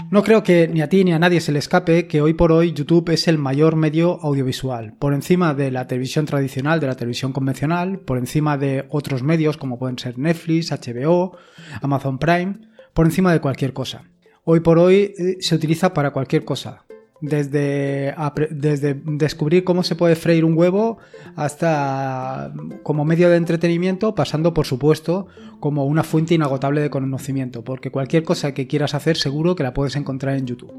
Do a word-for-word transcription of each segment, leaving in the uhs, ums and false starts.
No creo que ni a ti ni a nadie se le escape que hoy por hoy YouTube es el mayor medio audiovisual, por encima de la televisión tradicional, de la televisión convencional, por encima de otros medios como pueden ser Netflix, H B O, Amazon Prime, por encima de cualquier cosa. Hoy por hoy eh, se utiliza para cualquier cosa. Desde, desde descubrir cómo se puede freír un huevo hasta como medio de entretenimiento, pasando por supuesto como una fuente inagotable de conocimiento, porque cualquier cosa que quieras hacer seguro que la puedes encontrar en YouTube.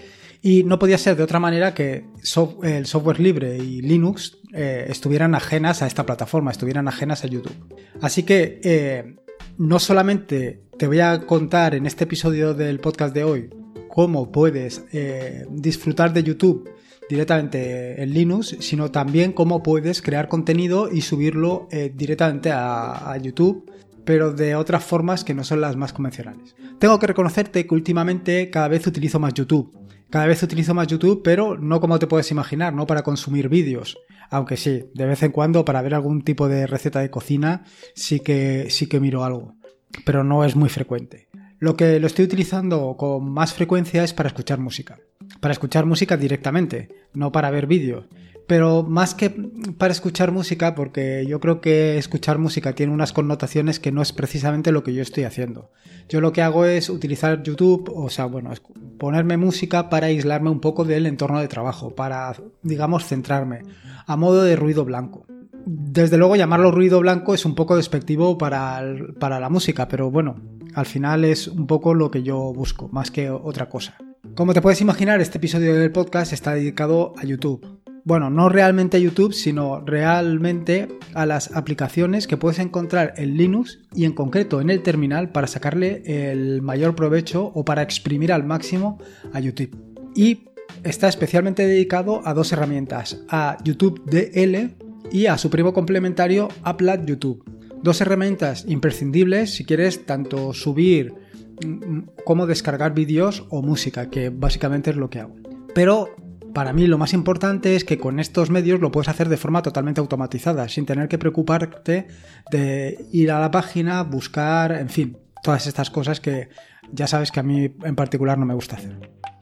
Y no podía ser de otra manera que el software libre y Linux eh, estuvieran ajenas a esta plataforma, estuvieran ajenas a YouTube. Así que eh, no solamente te voy a contar en este episodio del podcast de hoy cómo puedes eh, disfrutar de YouTube directamente en Linux, sino también cómo puedes crear contenido y subirlo eh, directamente a, a YouTube, pero de otras formas que no son las más convencionales. Tengo que reconocerte que últimamente cada vez utilizo más YouTube. Cada vez utilizo más YouTube, pero no como te puedes imaginar, no para consumir vídeos. Aunque sí, de vez en cuando para ver algún tipo de receta de cocina sí que, sí que miro algo, pero no es muy frecuente. Lo que lo estoy utilizando con más frecuencia es para escuchar música. Para escuchar música directamente, no para ver vídeos. Pero más que para escuchar música, porque yo creo que escuchar música tiene unas connotaciones que no es precisamente lo que yo estoy haciendo. Yo lo que hago es utilizar YouTube, o sea, bueno, ponerme música para aislarme un poco del entorno de trabajo, para, digamos, centrarme, a modo de ruido blanco. Desde luego llamarlo ruido blanco es un poco despectivo para, el, para la música, pero bueno, al final es un poco lo que yo busco, más que otra cosa. Como te puedes imaginar, este episodio del podcast está dedicado a YouTube. Bueno, no realmente a YouTube, sino realmente a las aplicaciones que puedes encontrar en Linux y en concreto en el terminal para sacarle el mayor provecho o para exprimir al máximo a YouTube. Y está especialmente dedicado a dos herramientas, a YouTube D L y a su primo complementario Upload YouTube. Dos herramientas imprescindibles si quieres tanto subir como descargar vídeos o música, que básicamente es lo que hago. Pero para mí lo más importante es que con estos medios lo puedes hacer de forma totalmente automatizada, sin tener que preocuparte de ir a la página, buscar, en fin, todas estas cosas que ya sabes que a mí en particular no me gusta hacer.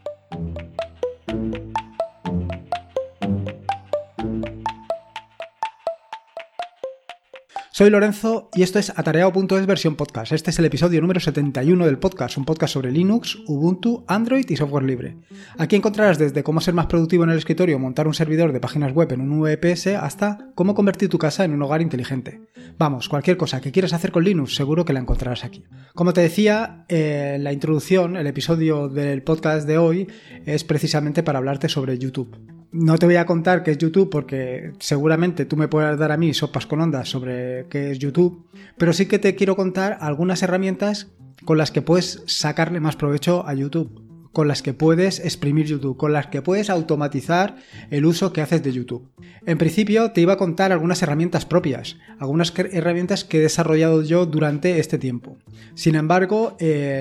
Soy Lorenzo y esto es Atareado punto es versión podcast. Este es el episodio número setenta y uno del podcast, un podcast sobre Linux, Ubuntu, Android y software libre. Aquí encontrarás desde cómo ser más productivo en el escritorio, montar un servidor de páginas web en un V P S, hasta cómo convertir tu casa en un hogar inteligente. Vamos, cualquier cosa que quieras hacer con Linux seguro que la encontrarás aquí. Como te decía, eh, la introducción, el episodio del podcast de hoy es precisamente para hablarte sobre YouTube. No te voy a contar qué es YouTube porque seguramente tú me puedas dar a mí sopas con ondas sobre qué es YouTube, pero sí que te quiero contar algunas herramientas con las que puedes sacarle más provecho a YouTube, con las que puedes exprimir YouTube, con las que puedes automatizar el uso que haces de YouTube. En principio te iba a contar algunas herramientas propias, algunas herramientas que he desarrollado yo durante este tiempo. Sin embargo,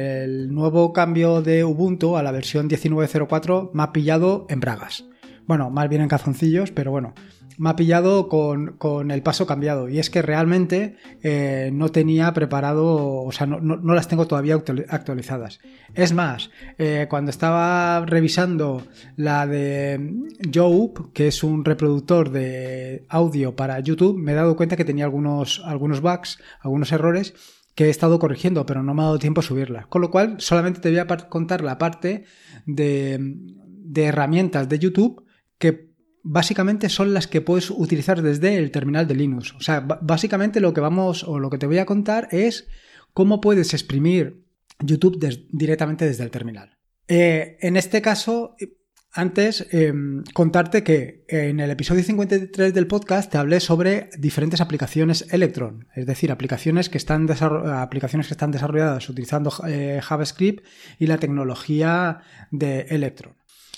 el nuevo cambio de Ubuntu a la versión diecinueve punto cero cuatro me ha pillado en bragas. Bueno, más bien en calzoncillos, pero bueno, me ha pillado con, con el paso cambiado. Y es que realmente eh, no tenía preparado, o sea, no, no, no las tengo todavía actualizadas. Es más, eh, cuando estaba revisando la de Youb, que es un reproductor de audio para YouTube, me he dado cuenta que tenía algunos, algunos bugs, algunos errores que he estado corrigiendo, pero no me ha dado tiempo a subirla. Con lo cual, solamente te voy a contar la parte de, de herramientas de YouTube que básicamente son las que puedes utilizar desde el terminal de Linux. O sea, b- básicamente lo que vamos o lo que te voy a contar es cómo puedes exprimir YouTube des- directamente desde el terminal. Eh, en este caso, antes eh, contarte que en el episodio cincuenta y tres del podcast te hablé sobre diferentes aplicaciones Electron, es decir, aplicaciones que están, desarroll- aplicaciones que están desarrolladas utilizando eh, JavaScript y la tecnología de Electron.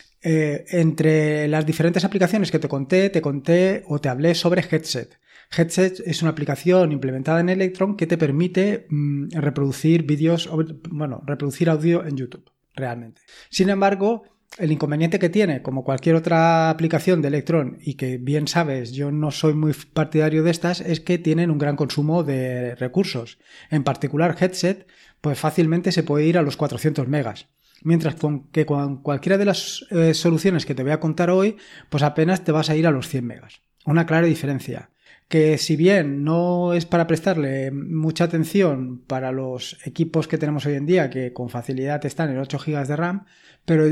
Eh, entre las diferentes aplicaciones que te conté, te conté o te hablé sobre Headset. Headset es una aplicación implementada en Electron que te permite mmm, reproducir vídeos, bueno, reproducir audio en YouTube, realmente. Sin embargo, el inconveniente que tiene, como cualquier otra aplicación de Electron, y que bien sabes, yo no soy muy partidario de estas, es que tienen un gran consumo de recursos. En particular, Headset, pues fácilmente se puede ir a los cuatrocientos megas. Mientras con, que con cualquiera de las eh, soluciones que te voy a contar hoy, pues apenas te vas a ir a los cien megas. Una clara diferencia. Que si bien no es para prestarle mucha atención para los equipos que tenemos hoy en día, que con facilidad están en ocho gigas de RAM, pero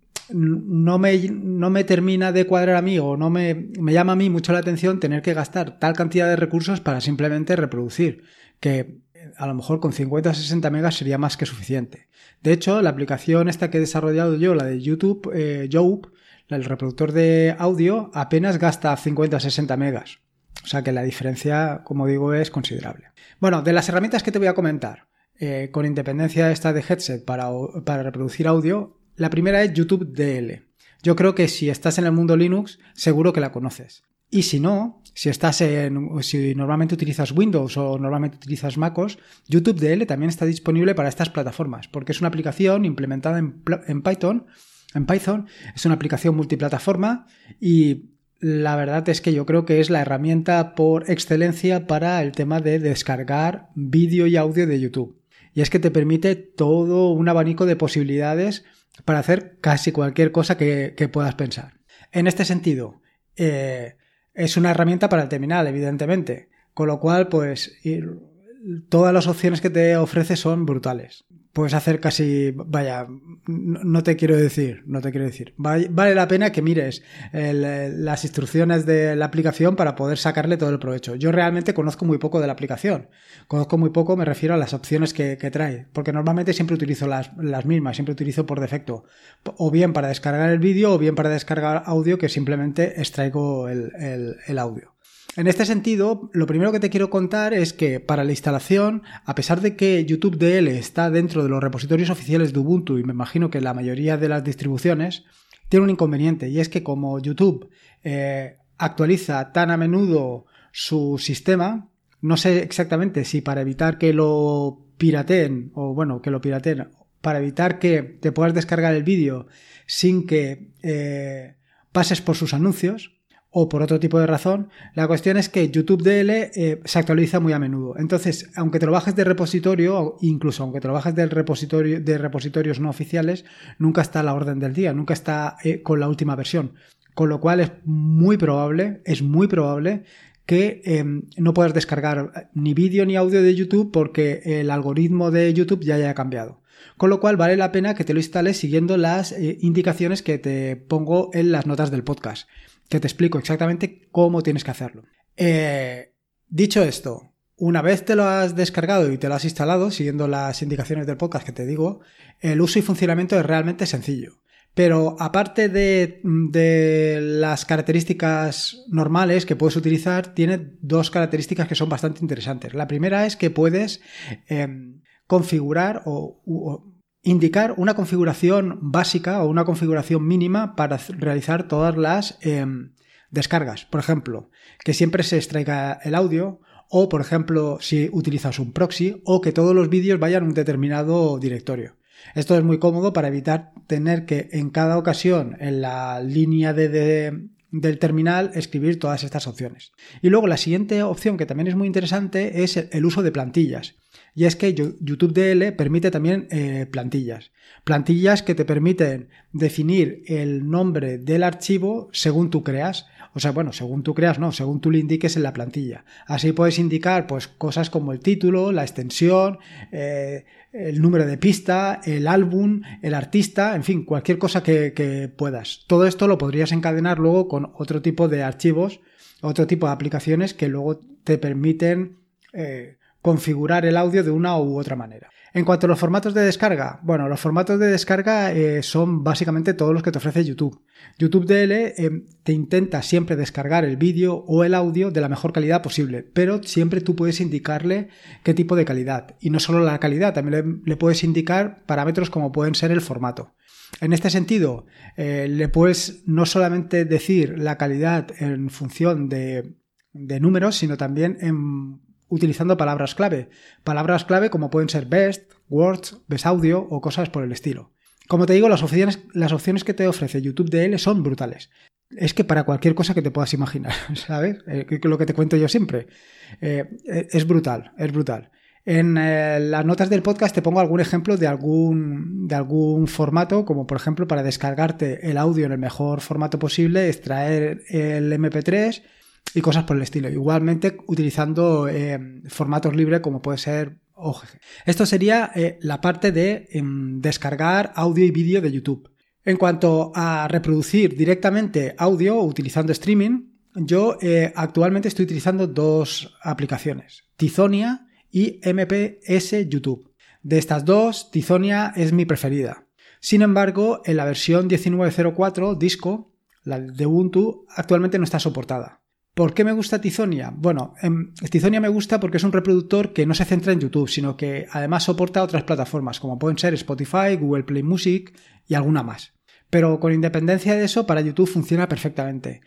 no me, no me termina de cuadrar a mí o no me, me llama a mí mucho la atención tener que gastar tal cantidad de recursos para simplemente reproducir, que a lo mejor con cincuenta o sesenta megas sería más que suficiente. De hecho, la aplicación esta que he desarrollado yo, la de YouTube, eh, Youb, el reproductor de audio, apenas gasta cincuenta o sesenta megas. O sea que la diferencia, como digo, es considerable. Bueno, de las herramientas que te voy a comentar, eh, con independencia esta de headset para, para reproducir audio, la primera es YouTube D L. Yo creo que si estás en el mundo Linux, seguro que la conoces. Y si no, si estás en, si normalmente utilizas Windows o normalmente utilizas MacOS, YouTube D L también está disponible para estas plataformas, porque es una aplicación implementada en, en Python, en Python, es una aplicación multiplataforma y la verdad es que yo creo que es la herramienta por excelencia para el tema de descargar vídeo y audio de YouTube. Y es que te permite todo un abanico de posibilidades para hacer casi cualquier cosa que, que puedas pensar. En este sentido, eh, es una herramienta para el terminal, evidentemente, con lo cual, pues, ir, todas las opciones que te ofrece son brutales. Puedes hacer casi, vaya, no te quiero decir, no te quiero decir. Vale la pena que mires el, las instrucciones de la aplicación para poder sacarle todo el provecho. Yo realmente conozco muy poco de la aplicación. Conozco muy poco, me refiero a las opciones que, que trae, porque normalmente siempre utilizo las, las mismas, siempre utilizo por defecto. O bien para descargar el vídeo o bien para descargar audio, que simplemente extraigo el, el, el audio. En este sentido, lo primero que te quiero contar es que para la instalación, a pesar de que YouTube D L está dentro de los repositorios oficiales de Ubuntu y me imagino que la mayoría de las distribuciones, tiene un inconveniente y es que como YouTube eh, actualiza tan a menudo su sistema, no sé exactamente si para evitar que lo pirateen o bueno, que lo pirateen, para evitar que te puedas descargar el vídeo sin que eh, pases por sus anuncios, o por otro tipo de razón, la cuestión es que YouTube D L eh, se actualiza muy a menudo. Entonces, aunque te lo bajes de repositorio, incluso aunque te lo bajes del repositorio, de repositorios no oficiales, nunca está a la orden del día, nunca está eh, con la última versión. Con lo cual es muy probable, es muy probable que eh, no puedas descargar ni vídeo ni audio de YouTube porque el algoritmo de YouTube ya haya cambiado. Con lo cual vale la pena que te lo instales siguiendo las eh, indicaciones que te pongo en las notas del podcast, que te explico exactamente cómo tienes que hacerlo. Eh, dicho esto, una vez te lo has descargado y te lo has instalado, siguiendo las indicaciones del podcast que te digo, el uso y funcionamiento es realmente sencillo. Pero aparte de, de las características normales que puedes utilizar, tiene dos características que son bastante interesantes. La primera es que puedes eh, configurar o, o indicar una configuración básica o una configuración mínima para realizar todas las eh, descargas. Por ejemplo, que siempre se extraiga el audio o, por ejemplo, si utilizas un proxy o que todos los vídeos vayan a un determinado directorio. Esto es muy cómodo para evitar tener que en cada ocasión en la línea de, de, del terminal escribir todas estas opciones. Y luego la siguiente opción que también es muy interesante es el, el uso de plantillas. Y es que YouTube D L permite también eh, plantillas. Plantillas que te permiten definir el nombre del archivo según tú creas. O sea, bueno, según tú creas, no, según tú le indiques en la plantilla. Así puedes indicar pues cosas como el título, la extensión, eh, el número de pista, el álbum, el artista, en fin, cualquier cosa que, que puedas. Todo esto lo podrías encadenar luego con otro tipo de archivos, otro tipo de aplicaciones que luego te permiten eh, configurar el audio de una u otra manera. En cuanto a los formatos de descarga, bueno, los formatos de descarga eh, son básicamente todos los que te ofrece YouTube. YouTube D L eh, te intenta siempre descargar el vídeo o el audio de la mejor calidad posible, pero siempre tú puedes indicarle qué tipo de calidad. Y no solo la calidad, también le, le puedes indicar parámetros como pueden ser el formato. En este sentido, eh, le puedes no solamente decir la calidad en función de, de números, sino también en utilizando palabras clave. Palabras clave como pueden ser best, words, best audio o cosas por el estilo. Como te digo, las opciones, las opciones que te ofrece YouTube D L son brutales. Es que para cualquier cosa que te puedas imaginar, ¿sabes? Eh, lo que te cuento yo siempre. Eh, es brutal, es brutal. En eh, las notas del podcast te pongo algún ejemplo de algún, de algún formato, como por ejemplo para descargarte el audio en el mejor formato posible, extraer el eme pe tres y cosas por el estilo. Igualmente utilizando eh, formatos libres como puede ser O G G. Esto sería eh, la parte de eh, descargar audio y vídeo de YouTube. En cuanto a reproducir directamente audio utilizando streaming, yo eh, actualmente estoy utilizando dos aplicaciones, Tizonia y eme pe ese YouTube. De estas dos, Tizonia es mi preferida. Sin embargo, en la versión diecinueve cero cuatro Disco, la de Ubuntu, actualmente no está soportada. ¿Por qué me gusta Tizonia? Bueno, en Tizonia me gusta porque es un reproductor que no se centra en YouTube, sino que además soporta otras plataformas, como pueden ser Spotify, Google Play Music y alguna más. Pero con independencia de eso, para YouTube funciona perfectamente.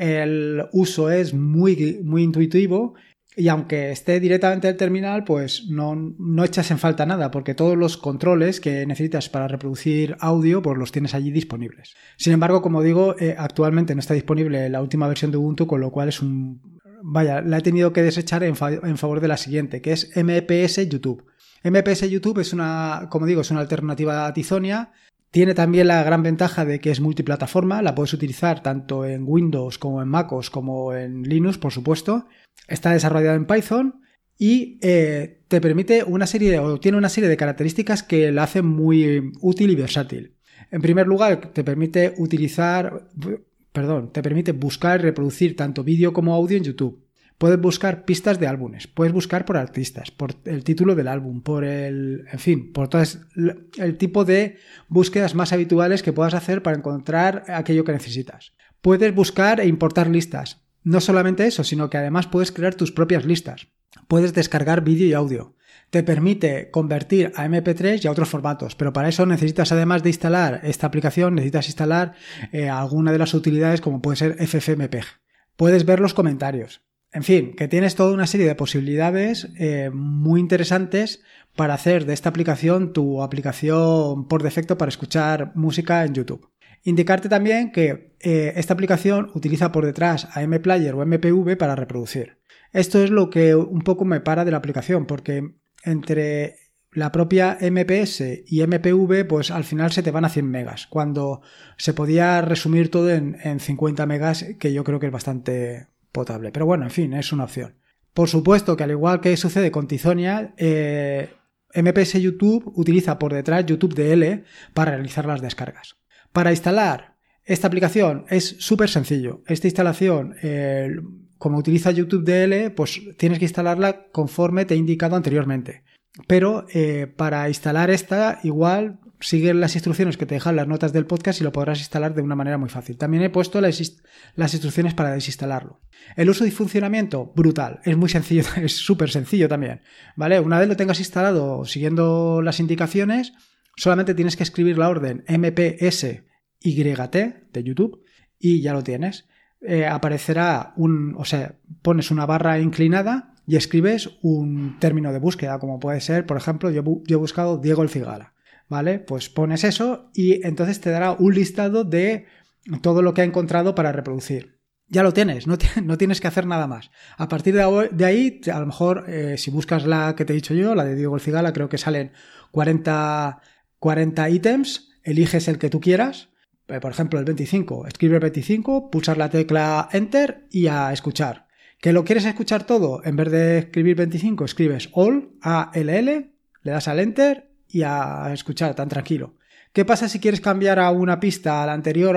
El uso es muy, muy intuitivo. Y aunque esté directamente en el terminal, pues no, no echas en falta nada, porque todos los controles que necesitas para reproducir audio, pues los tienes allí disponibles. Sin embargo, como digo, eh, actualmente no está disponible la última versión de Ubuntu, con lo cual es un... Vaya, la he tenido que desechar en, fa... en favor de la siguiente, que es eme pe ese YouTube. eme pe ese YouTube es una, como digo, es una alternativa a Tizonia. Tiene también la gran ventaja de que es multiplataforma, la puedes utilizar tanto en Windows como en MacOS como en Linux, por supuesto. Está desarrollado en Python y eh, te permite una serie de, o tiene una serie de características que la hacen muy útil y versátil. En primer lugar, te permite utilizar, perdón, te permite buscar y reproducir tanto vídeo como audio en YouTube. Puedes buscar pistas de álbumes, puedes buscar por artistas, por el título del álbum, por el, en fin, por todo el tipo de búsquedas más habituales que puedas hacer para encontrar aquello que necesitas. Puedes buscar e importar listas. No solamente eso, sino que además puedes crear tus propias listas. Puedes descargar vídeo y audio. Te permite convertir a eme pe tres y a otros formatos, pero para eso necesitas, además de instalar esta aplicación, necesitas instalar eh, alguna de las utilidades como puede ser efe efe eme pe ge. Puedes ver los comentarios. En fin, que tienes toda una serie de posibilidades eh, muy interesantes para hacer de esta aplicación tu aplicación por defecto para escuchar música en YouTube. Indicarte también que eh, esta aplicación utiliza por detrás a MPlayer o eme pe ve para reproducir. Esto es lo que un poco me para de la aplicación, porque entre la propia eme pe ese y eme pe ve, pues al final se te van a cien megas, cuando se podía resumir todo en, en cincuenta megas, que yo creo que es bastante potable. Pero bueno, en fin, es una opción. Por supuesto que al igual que sucede con Tizonia, eh, eme pe ese YouTube utiliza por detrás YouTube de ele para realizar las descargas. Para instalar esta aplicación es súper sencillo. Esta instalación, eh, como utiliza YouTube de ele, pues tienes que instalarla conforme te he indicado anteriormente. Pero eh, para instalar esta, igual sigue las instrucciones que te dejan las notas del podcast y lo podrás instalar de una manera muy fácil. También he puesto las, las instrucciones para desinstalarlo. El uso y funcionamiento, brutal. Es muy sencillo, es súper sencillo también, ¿vale? Una vez lo tengas instalado siguiendo las indicaciones, solamente tienes que escribir la orden eme pe ese y te de YouTube y ya lo tienes. Eh, aparecerá un, o sea, pones una barra inclinada y escribes un término de búsqueda, como puede ser, por ejemplo, yo, yo he buscado Diego el Cigala, ¿vale? Pues pones eso y entonces te dará un listado de todo lo que ha encontrado para reproducir. Ya lo tienes, no, no tienes que hacer nada más. A partir de, de ahí, a lo mejor, eh, si buscas la que te he dicho yo, la de Diego el Cigala, creo que salen cuarenta, cuarenta ítems, eliges el que tú quieras. Por ejemplo, el veinticinco, escribe el veinticinco, pulsas la tecla Enter y a escuchar. ¿Que lo quieres escuchar todo? En vez de escribir veinticinco, escribes All, A L L, le das al Enter y a escuchar tan tranquilo. ¿Qué pasa si quieres cambiar a una pista, a la anterior o a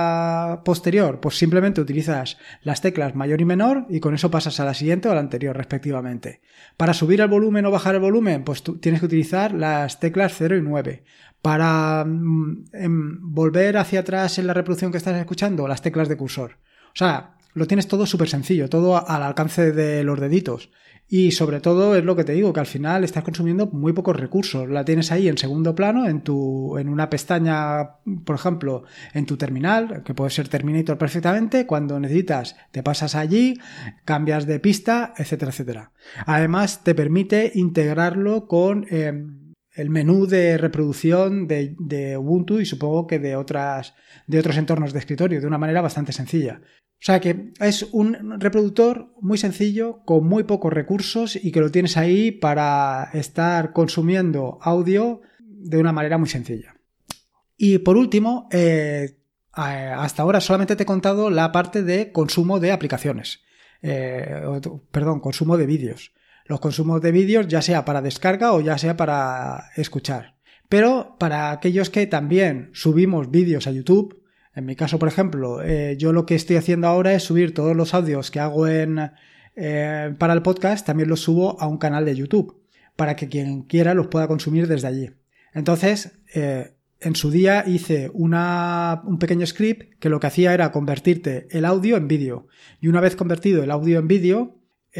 la posterior? Pues simplemente utilizas las teclas mayor y menor y con eso pasas a la siguiente o a la anterior respectivamente. Para subir el volumen o bajar el volumen, pues tú tienes que utilizar las teclas cero y nueve. Para mm, volver hacia atrás en la reproducción que estás escuchando, las teclas de cursor. O sea, lo tienes todo súper sencillo, todo al alcance de los deditos. Y sobre todo es lo que te digo, que al final estás consumiendo muy pocos recursos. La tienes ahí en segundo plano, en tu, en una pestaña, por ejemplo, en tu terminal, que puede ser Terminator perfectamente. Cuando necesitas, te pasas allí, cambias de pista, etcétera, etcétera. Además, te permite integrarlo con eh, el menú de reproducción de, de Ubuntu y supongo que de otras, de otros entornos de escritorio, de una manera bastante sencilla. O sea que es un reproductor muy sencillo, con muy pocos recursos y que lo tienes ahí para estar consumiendo audio de una manera muy sencilla. Y por último, eh, hasta ahora solamente te he contado la parte de consumo de aplicaciones. Eh, perdón, consumo de vídeos. Los consumos de vídeos ya sea para descarga o ya sea para escuchar. Pero para aquellos que también subimos vídeos a YouTube, en mi caso, por ejemplo, eh, yo lo que estoy haciendo ahora es subir todos los audios que hago en, eh, para el podcast, también los subo a un canal de YouTube, para que quien quiera los pueda consumir desde allí. Entonces, eh, en su día hice una, un pequeño script que lo que hacía era convertirte el audio en vídeo. Y una vez convertido el audio en vídeo,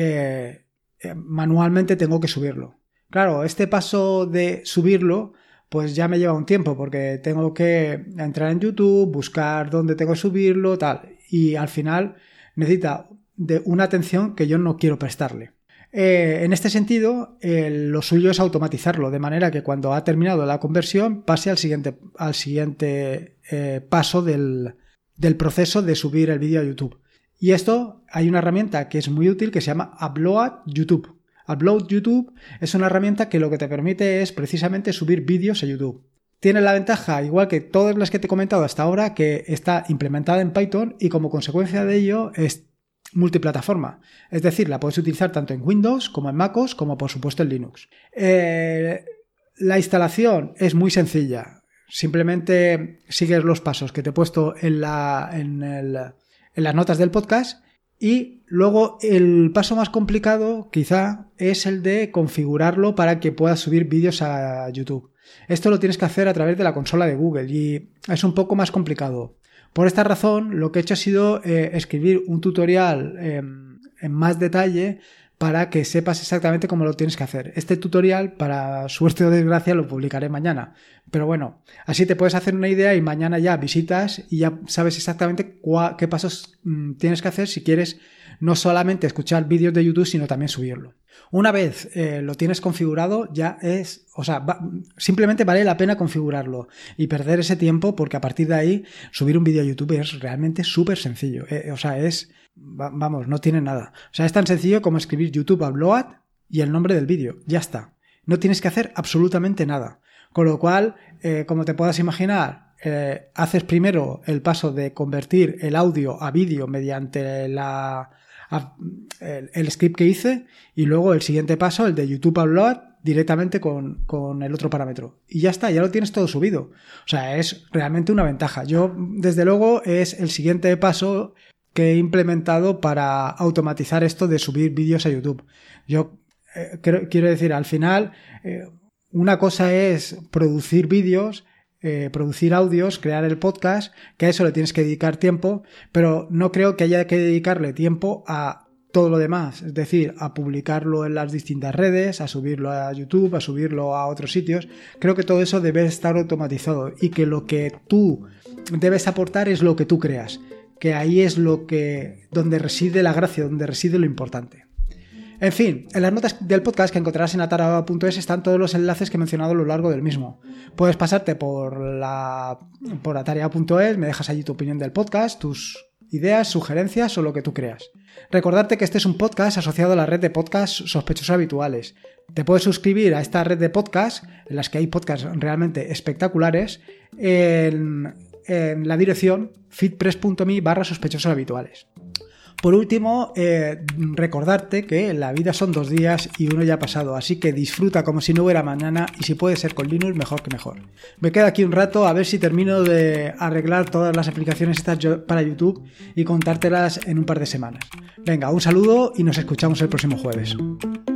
eh, eh, manualmente tengo que subirlo. Claro, este paso de subirlo pues ya me lleva un tiempo porque tengo que entrar en YouTube, buscar dónde tengo que subirlo, tal. Y al final necesita de una atención que yo no quiero prestarle. Eh, en este sentido, eh, lo suyo es automatizarlo, de manera que cuando ha terminado la conversión pase al siguiente, al siguiente eh, paso del, del proceso de subir el vídeo a YouTube. Y esto, hay una herramienta que es muy útil que se llama Upload YouTube. Upload YouTube es una herramienta que lo que te permite es precisamente subir vídeos a YouTube. Tiene la ventaja, igual que todas las que te he comentado hasta ahora, que está implementada en Python y como consecuencia de ello es multiplataforma. Es decir, la puedes utilizar tanto en Windows como en MacOS como por supuesto en Linux. Eh, la instalación es muy sencilla. Simplemente sigues los pasos que te he puesto en, la, en, el, en las notas del podcast. Y luego el paso más complicado quizá es el de configurarlo para que puedas subir vídeos a YouTube. Esto lo tienes que hacer a través de la consola de Google y es un poco más complicado. Por esta razón lo que he hecho ha sido eh, escribir un tutorial eh, en más detalle para que sepas exactamente cómo lo tienes que hacer. Este tutorial, para suerte o desgracia, lo publicaré mañana. Pero bueno, así te puedes hacer una idea y mañana ya visitas y ya sabes exactamente cuál, qué pasos mmm, tienes que hacer si quieres no solamente escuchar vídeos de YouTube, sino también subirlo. Una vez eh, lo tienes configurado, ya es, o sea, va, simplemente vale la pena configurarlo y perder ese tiempo porque a partir de ahí subir un vídeo a YouTube es realmente súper sencillo. Eh, o sea, es... Vamos, no tiene nada. O sea, es tan sencillo como escribir YouTube Upload y el nombre del vídeo. Ya está. No tienes que hacer absolutamente nada. Con lo cual, eh, como te puedas imaginar, eh, haces primero el paso de convertir el audio a vídeo mediante la, a, el, el script que hice y luego el siguiente paso, el de YouTube Upload, directamente con, con el otro parámetro. Y ya está, ya lo tienes todo subido. O sea, es realmente una ventaja. Yo, desde luego, es el siguiente paso que he implementado para automatizar esto de subir vídeos a YouTube. Yo eh, quiero, quiero decir, al final, eh, una cosa es producir vídeos, eh, producir audios, crear el podcast, que a eso le tienes que dedicar tiempo, pero no creo que haya que dedicarle tiempo a todo lo demás, es decir, a publicarlo en las distintas redes, a subirlo a YouTube, a subirlo a otros sitios. Creo que todo eso debe estar automatizado y que lo que tú debes aportar es lo que tú creas, que ahí es lo que donde reside la gracia, donde reside lo importante. En fin, en las notas del podcast que encontrarás en atara punto es están todos los enlaces que he mencionado a lo largo del mismo. Puedes pasarte por la por atara punto es, me dejas allí tu opinión del podcast, tus ideas, sugerencias o lo que tú creas. Recordarte que este es un podcast asociado a la red de podcasts sospechosos habituales. Te puedes suscribir a esta red de podcasts, en las que hay podcasts realmente espectaculares, en, en la dirección feedpress punto me barra sospechosos habituales. Por último, eh, recordarte que la vida son dos días y uno ya ha pasado, así que disfruta como si no hubiera mañana y si puede ser con Linux, mejor que mejor. Me quedo aquí un rato a ver si termino de arreglar todas las aplicaciones estas para YouTube y contártelas en un par de semanas. Venga, un saludo y nos escuchamos el próximo jueves.